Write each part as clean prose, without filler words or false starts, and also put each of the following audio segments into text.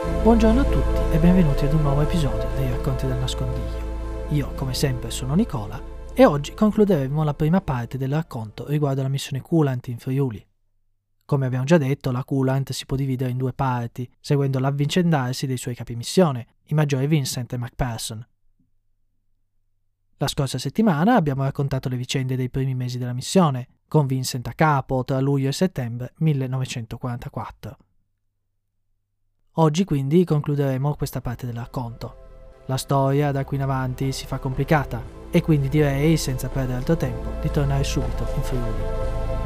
Buongiorno a tutti e benvenuti ad un nuovo episodio dei Racconti del Nascondiglio. Io, come sempre, sono Nicola e oggi concluderemo la prima parte del racconto riguardo alla missione Coolant in Friuli. Come abbiamo già detto, la Coolant si può dividere in due parti, seguendo l'avvicendarsi dei suoi capimissione, i maggiori Vincent e McPherson. La scorsa settimana abbiamo raccontato le vicende dei primi mesi della missione, con Vincent a capo tra luglio e settembre 1944. Oggi quindi concluderemo questa parte del racconto. La storia da qui in avanti si fa complicata e quindi direi, senza perdere altro tempo, di tornare subito in Friuli.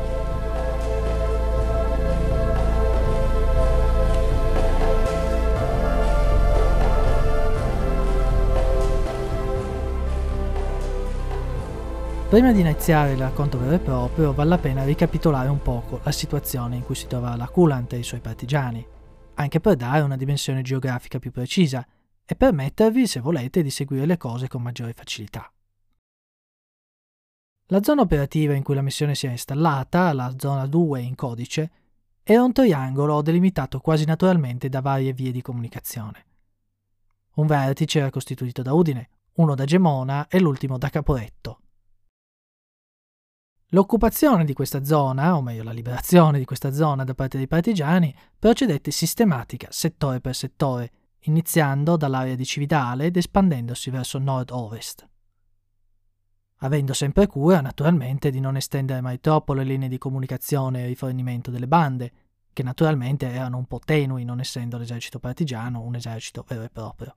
Prima di iniziare il racconto vero e proprio, vale la pena ricapitolare un poco la situazione in cui si trova la Coolant e i suoi partigiani, anche per dare una dimensione geografica più precisa e permettervi, se volete, di seguire le cose con maggiore facilità. La zona operativa in cui la missione si è installata, la zona 2 in codice, era un triangolo delimitato quasi naturalmente da varie vie di comunicazione. Un vertice era costituito da Udine, uno da Gemona e l'ultimo da Caporetto. L'occupazione di questa zona, o meglio la liberazione di questa zona da parte dei partigiani, procedette sistematica settore per settore, iniziando dall'area di Cividale ed espandendosi verso nord-ovest. Avendo sempre cura, naturalmente, di non estendere mai troppo le linee di comunicazione e rifornimento delle bande, che naturalmente erano un po' tenui, non essendo l'esercito partigiano un esercito vero e proprio.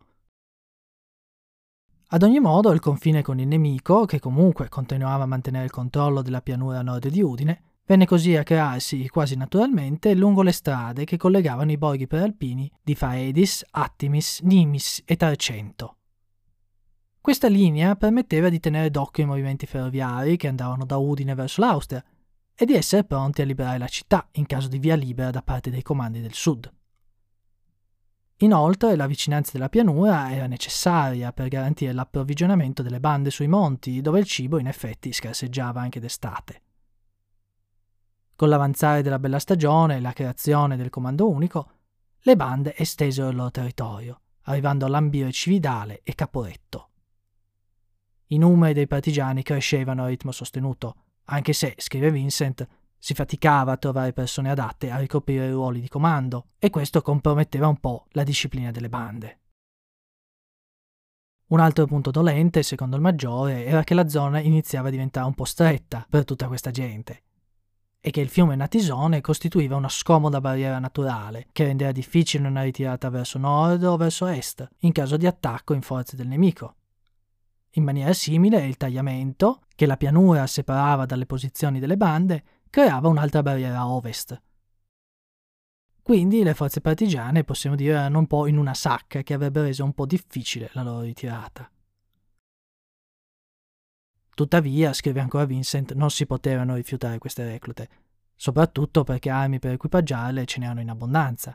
Ad ogni modo, il confine con il nemico, che comunque continuava a mantenere il controllo della pianura a nord di Udine, venne così a crearsi quasi naturalmente lungo le strade che collegavano i borghi prealpini di Faedis, Attimis, Nimis e Tarcento. Questa linea permetteva di tenere d'occhio i movimenti ferroviari che andavano da Udine verso l'Austria e di essere pronti a liberare la città in caso di via libera da parte dei comandi del sud. Inoltre, la vicinanza della pianura era necessaria per garantire l'approvvigionamento delle bande sui monti, dove il cibo in effetti scarseggiava anche d'estate. Con l'avanzare della bella stagione e la creazione del comando unico, le bande estesero il loro territorio, arrivando a lambire Cividale e Caporetto. I numeri dei partigiani crescevano a ritmo sostenuto, anche se, scrive Vincent, si faticava a trovare persone adatte a ricoprire i ruoli di comando e questo comprometteva un po' la disciplina delle bande. Un altro punto dolente, secondo il maggiore, era che la zona iniziava a diventare un po' stretta per tutta questa gente e che il fiume Natisone costituiva una scomoda barriera naturale che rendeva difficile una ritirata verso nord o verso est in caso di attacco in forze del nemico. In maniera simile, il tagliamento, che la pianura separava dalle posizioni delle bande, creava un'altra barriera a ovest. Quindi le forze partigiane, possiamo dire, erano un po' in una sacca che avrebbe reso un po' difficile la loro ritirata. Tuttavia, scrive ancora Vincent, non si potevano rifiutare queste reclute, soprattutto perché armi per equipaggiarle ce n'erano in abbondanza.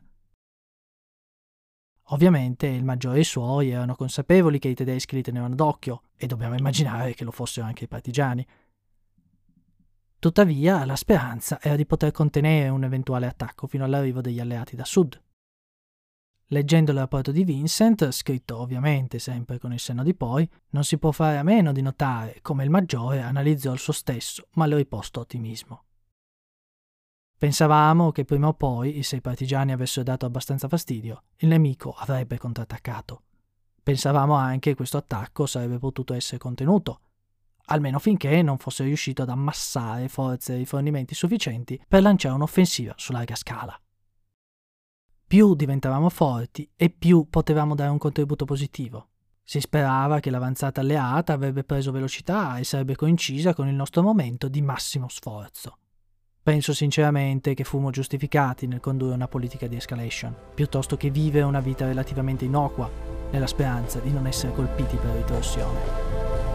Ovviamente il maggiore e i suoi erano consapevoli che i tedeschi li tenevano d'occhio, e dobbiamo immaginare che lo fossero anche i partigiani. Tuttavia, la speranza era di poter contenere un eventuale attacco fino all'arrivo degli alleati da sud. Leggendo il rapporto di Vincent, scritto ovviamente sempre con il senno di poi, non si può fare a meno di notare come il maggiore analizzò il suo stesso mal riposto ottimismo. Pensavamo che prima o poi, se i partigiani avessero dato abbastanza fastidio, il nemico avrebbe contrattaccato. Pensavamo anche che questo attacco sarebbe potuto essere contenuto, almeno finché non fosse riuscito ad ammassare forze e rifornimenti sufficienti per lanciare un'offensiva su larga scala. Più diventavamo forti e più potevamo dare un contributo positivo. Si sperava che l'avanzata alleata avrebbe preso velocità e sarebbe coincisa con il nostro momento di massimo sforzo. Penso sinceramente che fummo giustificati nel condurre una politica di escalation, piuttosto che vivere una vita relativamente innocua, nella speranza di non essere colpiti per ritorsione.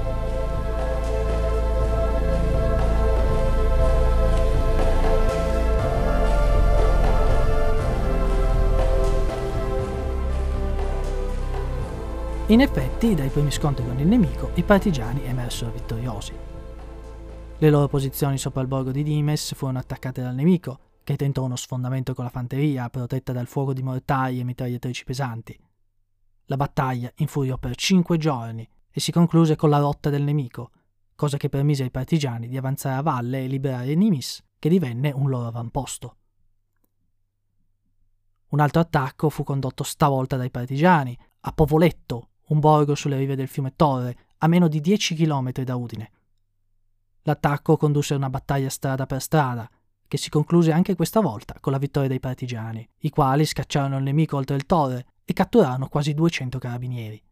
In effetti, dai primi scontri con il nemico, i partigiani emersero vittoriosi. Le loro posizioni sopra il borgo di Nimes furono attaccate dal nemico che tentò uno sfondamento con la fanteria protetta dal fuoco di mortai e mitragliatrici pesanti. La battaglia infuriò per 5 giorni e si concluse con la rotta del nemico, cosa che permise ai partigiani di avanzare a valle e liberare Nimis, che divenne un loro avamposto. Un altro attacco fu condotto stavolta dai partigiani, a Povoletto, un borgo sulle rive del fiume Torre, a meno di 10 chilometri da Udine. L'attacco condusse a una battaglia strada per strada, che si concluse anche questa volta con la vittoria dei partigiani, i quali scacciarono il nemico oltre il Torre e catturarono quasi 200 carabinieri.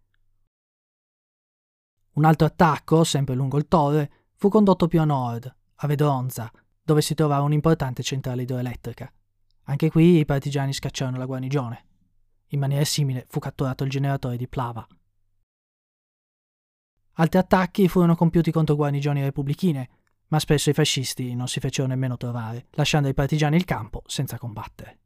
Un altro attacco, sempre lungo il Torre, fu condotto più a nord, a Vedronza, dove si trovava un'importante centrale idroelettrica. Anche qui i partigiani scacciarono la guarnigione. In maniera simile fu catturato il generatore di Plava. Altri attacchi furono compiuti contro guarnigioni repubblichine, ma spesso i fascisti non si fecero nemmeno trovare, lasciando ai partigiani il campo senza combattere.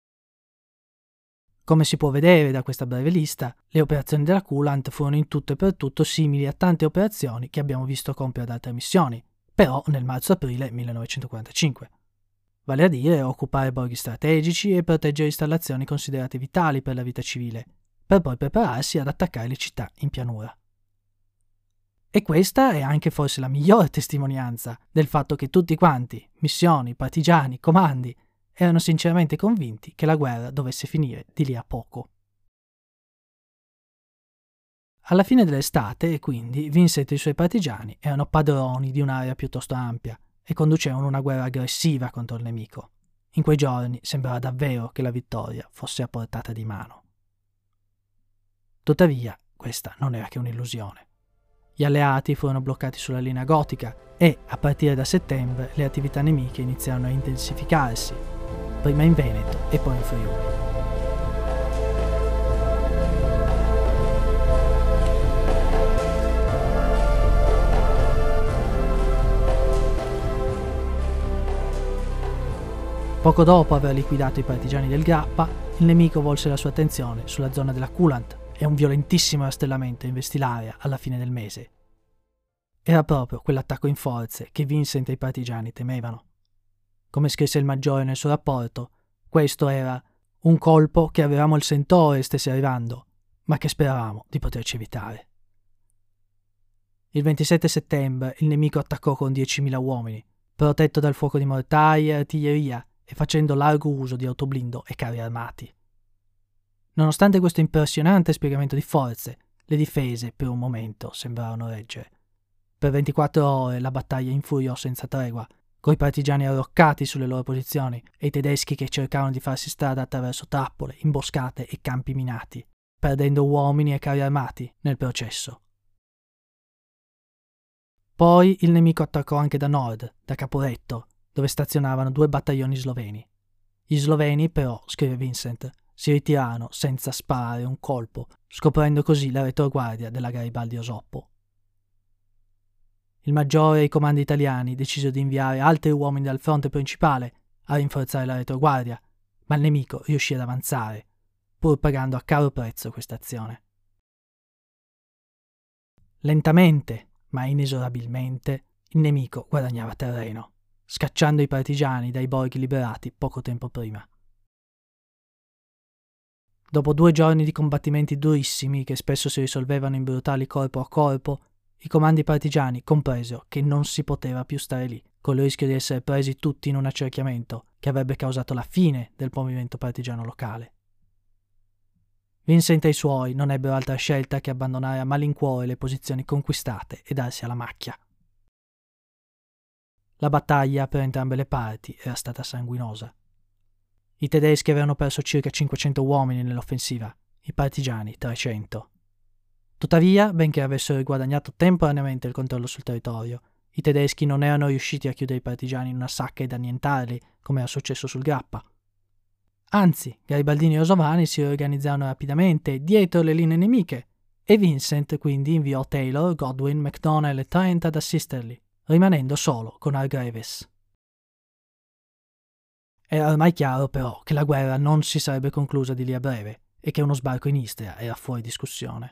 Come si può vedere da questa breve lista, le operazioni della Kulant furono in tutto e per tutto simili a tante operazioni che abbiamo visto compiere ad altre missioni, però nel marzo-aprile 1945. Vale a dire occupare borghi strategici e proteggere installazioni considerate vitali per la vita civile, per poi prepararsi ad attaccare le città in pianura. E questa è anche forse la migliore testimonianza del fatto che tutti quanti, missioni, partigiani, comandi, erano sinceramente convinti che la guerra dovesse finire di lì a poco. Alla fine dell'estate, quindi, Vincent e i suoi partigiani erano padroni di un'area piuttosto ampia e conducevano una guerra aggressiva contro il nemico. In quei giorni sembrava davvero che la vittoria fosse a portata di mano. Tuttavia, questa non era che un'illusione. Gli alleati furono bloccati sulla linea gotica e, a partire da settembre, le attività nemiche iniziarono a intensificarsi, prima in Veneto e poi in Friuli. Poco dopo aver liquidato i partigiani del Grappa, il nemico volse la sua attenzione sulla zona della Kulant e un violentissimo rastrellamento investì l'area alla fine del mese. Era proprio quell'attacco in forze che Vincent e i partigiani temevano. Come scrisse il maggiore nel suo rapporto, questo era un colpo che avevamo il sentore stesse arrivando, ma che speravamo di poterci evitare. Il 27 settembre il nemico attaccò con 10.000 uomini, protetto dal fuoco di mortai e artiglieria e facendo largo uso di autoblindo e carri armati. Nonostante questo impressionante spiegamento di forze, le difese per un momento sembrarono reggere. Per 24 ore la battaglia infuriò senza tregua, coi partigiani arroccati sulle loro posizioni e i tedeschi che cercarono di farsi strada attraverso trappole, imboscate e campi minati, perdendo uomini e carri armati nel processo. Poi il nemico attaccò anche da nord, da Caporetto, dove stazionavano 2 battaglioni sloveni. Gli sloveni, però, scrive Vincent, si ritirarono senza sparare un colpo, scoprendo così la retroguardia della Garibaldi Osoppo. Il maggiore e i comandi italiani decisero di inviare altri uomini dal fronte principale a rinforzare la retroguardia, ma il nemico riuscì ad avanzare, pur pagando a caro prezzo questa azione. Lentamente, ma inesorabilmente, il nemico guadagnava terreno, scacciando i partigiani dai borghi liberati poco tempo prima. Dopo 2 giorni di combattimenti durissimi che spesso si risolvevano in brutali corpo a corpo, i comandi partigiani compresero che non si poteva più stare lì, con il rischio di essere presi tutti in un accerchiamento che avrebbe causato la fine del movimento partigiano locale. Vincent e i suoi non ebbero altra scelta che abbandonare a malincuore le posizioni conquistate e darsi alla macchia. La battaglia per entrambe le parti era stata sanguinosa. I tedeschi avevano perso circa 500 uomini nell'offensiva, i partigiani 300. Tuttavia, benché avessero riguadagnato temporaneamente il controllo sul territorio, i tedeschi non erano riusciti a chiudere i partigiani in una sacca ed annientarli, come era successo sul Grappa. Anzi, garibaldini e osovani si riorganizzarono rapidamente dietro le linee nemiche e Vincent quindi inviò Taylor, Godwin, McDonnell e Trent ad assisterli, rimanendo solo con Hargreaves. Era ormai chiaro però che la guerra non si sarebbe conclusa di lì a breve e che uno sbarco in Istria era fuori discussione.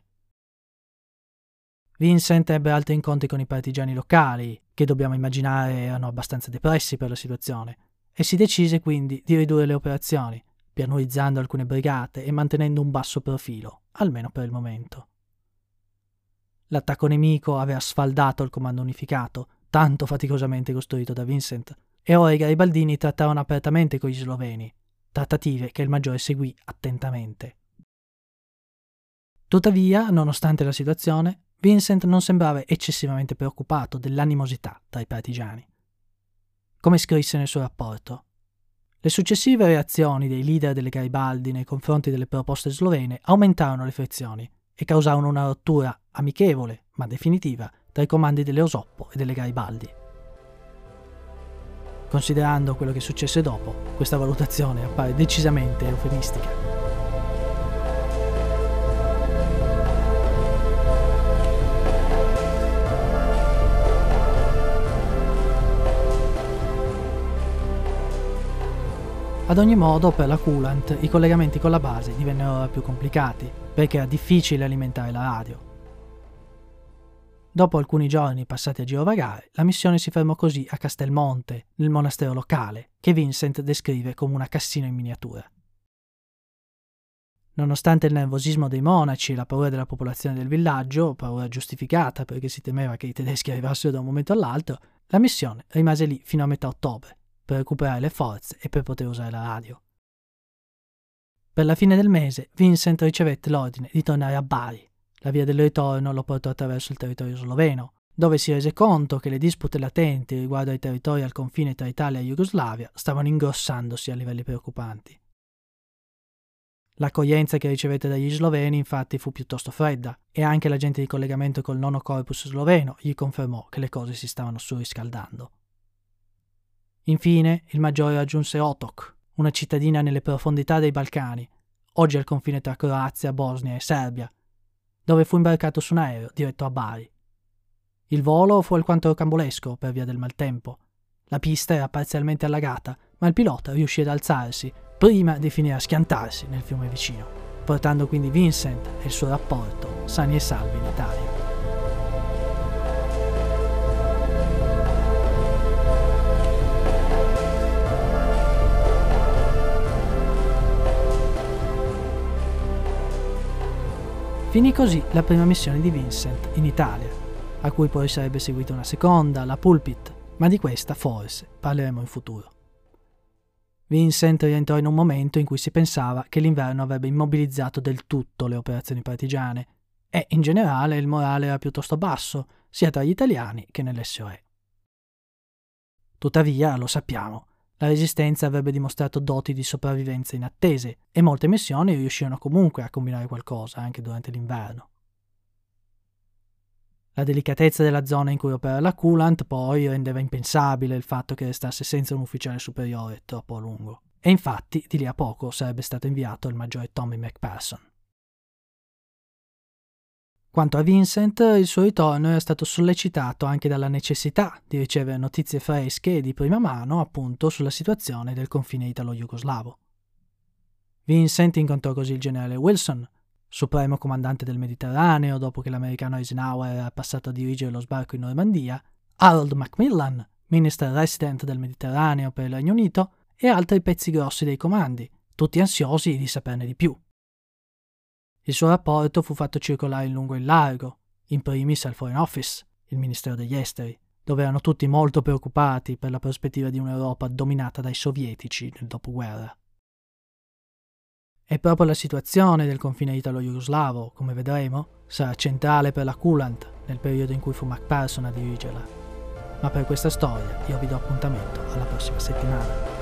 Vincent ebbe altri incontri con i partigiani locali, che dobbiamo immaginare erano abbastanza depressi per la situazione, e si decise quindi di ridurre le operazioni, pianurizzando alcune brigate e mantenendo un basso profilo, almeno per il momento. L'attacco nemico aveva sfaldato il comando unificato, tanto faticosamente costruito da Vincent, e ora i garibaldini trattarono apertamente con gli sloveni, trattative che il maggiore seguì attentamente. Tuttavia, nonostante la situazione, Vincent non sembrava eccessivamente preoccupato dell'animosità tra i partigiani. Come scrisse nel suo rapporto, le successive reazioni dei leader delle Garibaldi nei confronti delle proposte slovene aumentarono le frizioni e causarono una rottura amichevole, ma definitiva, tra i comandi delle Osoppo e delle Garibaldi. Considerando quello che successe dopo, questa valutazione appare decisamente eufemistica. Ad ogni modo, per la Coulant, i collegamenti con la base divennero ora più complicati, perché era difficile alimentare la radio. Dopo alcuni giorni passati a girovagare, la missione si fermò così a Castelmonte, nel monastero locale, che Vincent descrive come una cassina in miniatura. Nonostante il nervosismo dei monaci e la paura della popolazione del villaggio, paura giustificata perché si temeva che i tedeschi arrivassero da un momento all'altro, la missione rimase lì fino a metà ottobre, per recuperare le forze e per poter usare la radio. Per la fine del mese, Vincent ricevette l'ordine di tornare a Bari. La via del ritorno lo portò attraverso il territorio sloveno, dove si rese conto che le dispute latenti riguardo ai territori al confine tra Italia e Jugoslavia stavano ingrossandosi a livelli preoccupanti. L'accoglienza che ricevette dagli sloveni infatti fu piuttosto fredda e anche l'agente di collegamento col nono corpus sloveno gli confermò che le cose si stavano surriscaldando. Infine, il maggiore raggiunse Otok, una cittadina nelle profondità dei Balcani, oggi al confine tra Croazia, Bosnia e Serbia, dove fu imbarcato su un aereo diretto a Bari. Il volo fu alquanto rocambolesco per via del maltempo. La pista era parzialmente allagata, ma il pilota riuscì ad alzarsi prima di finire a schiantarsi nel fiume vicino, portando quindi Vincent e il suo rapporto sani e salvi in Italia. Finì così la prima missione di Vincent in Italia, a cui poi sarebbe seguita una seconda, la Pulpit, ma di questa forse parleremo in futuro. Vincent rientrò in un momento in cui si pensava che l'inverno avrebbe immobilizzato del tutto le operazioni partigiane e, in generale, il morale era piuttosto basso, sia tra gli italiani che nell'SOE. Tuttavia, lo sappiamo, la resistenza avrebbe dimostrato doti di sopravvivenza inattese e molte missioni riuscirono comunque a combinare qualcosa anche durante l'inverno. La delicatezza della zona in cui opera la Coulant poi rendeva impensabile il fatto che restasse senza un ufficiale superiore troppo a lungo, e infatti di lì a poco sarebbe stato inviato il maggiore Tommy McPherson. Quanto a Vincent, il suo ritorno era stato sollecitato anche dalla necessità di ricevere notizie fresche e di prima mano appunto sulla situazione del confine italo-jugoslavo. Vincent incontrò così il generale Wilson, supremo comandante del Mediterraneo dopo che l'americano Eisenhower era passato a dirigere lo sbarco in Normandia, Harold Macmillan, minister resident del Mediterraneo per il Regno Unito, e altri pezzi grossi dei comandi, tutti ansiosi di saperne di più. Il suo rapporto fu fatto circolare in lungo e in largo, in primis al Foreign Office, il Ministero degli Esteri, dove erano tutti molto preoccupati per la prospettiva di un'Europa dominata dai sovietici nel dopoguerra. E proprio la situazione del confine italo-jugoslavo, come vedremo, sarà centrale per la Coulant nel periodo in cui fu McPherson a dirigerla. Ma per questa storia io vi do appuntamento alla prossima settimana.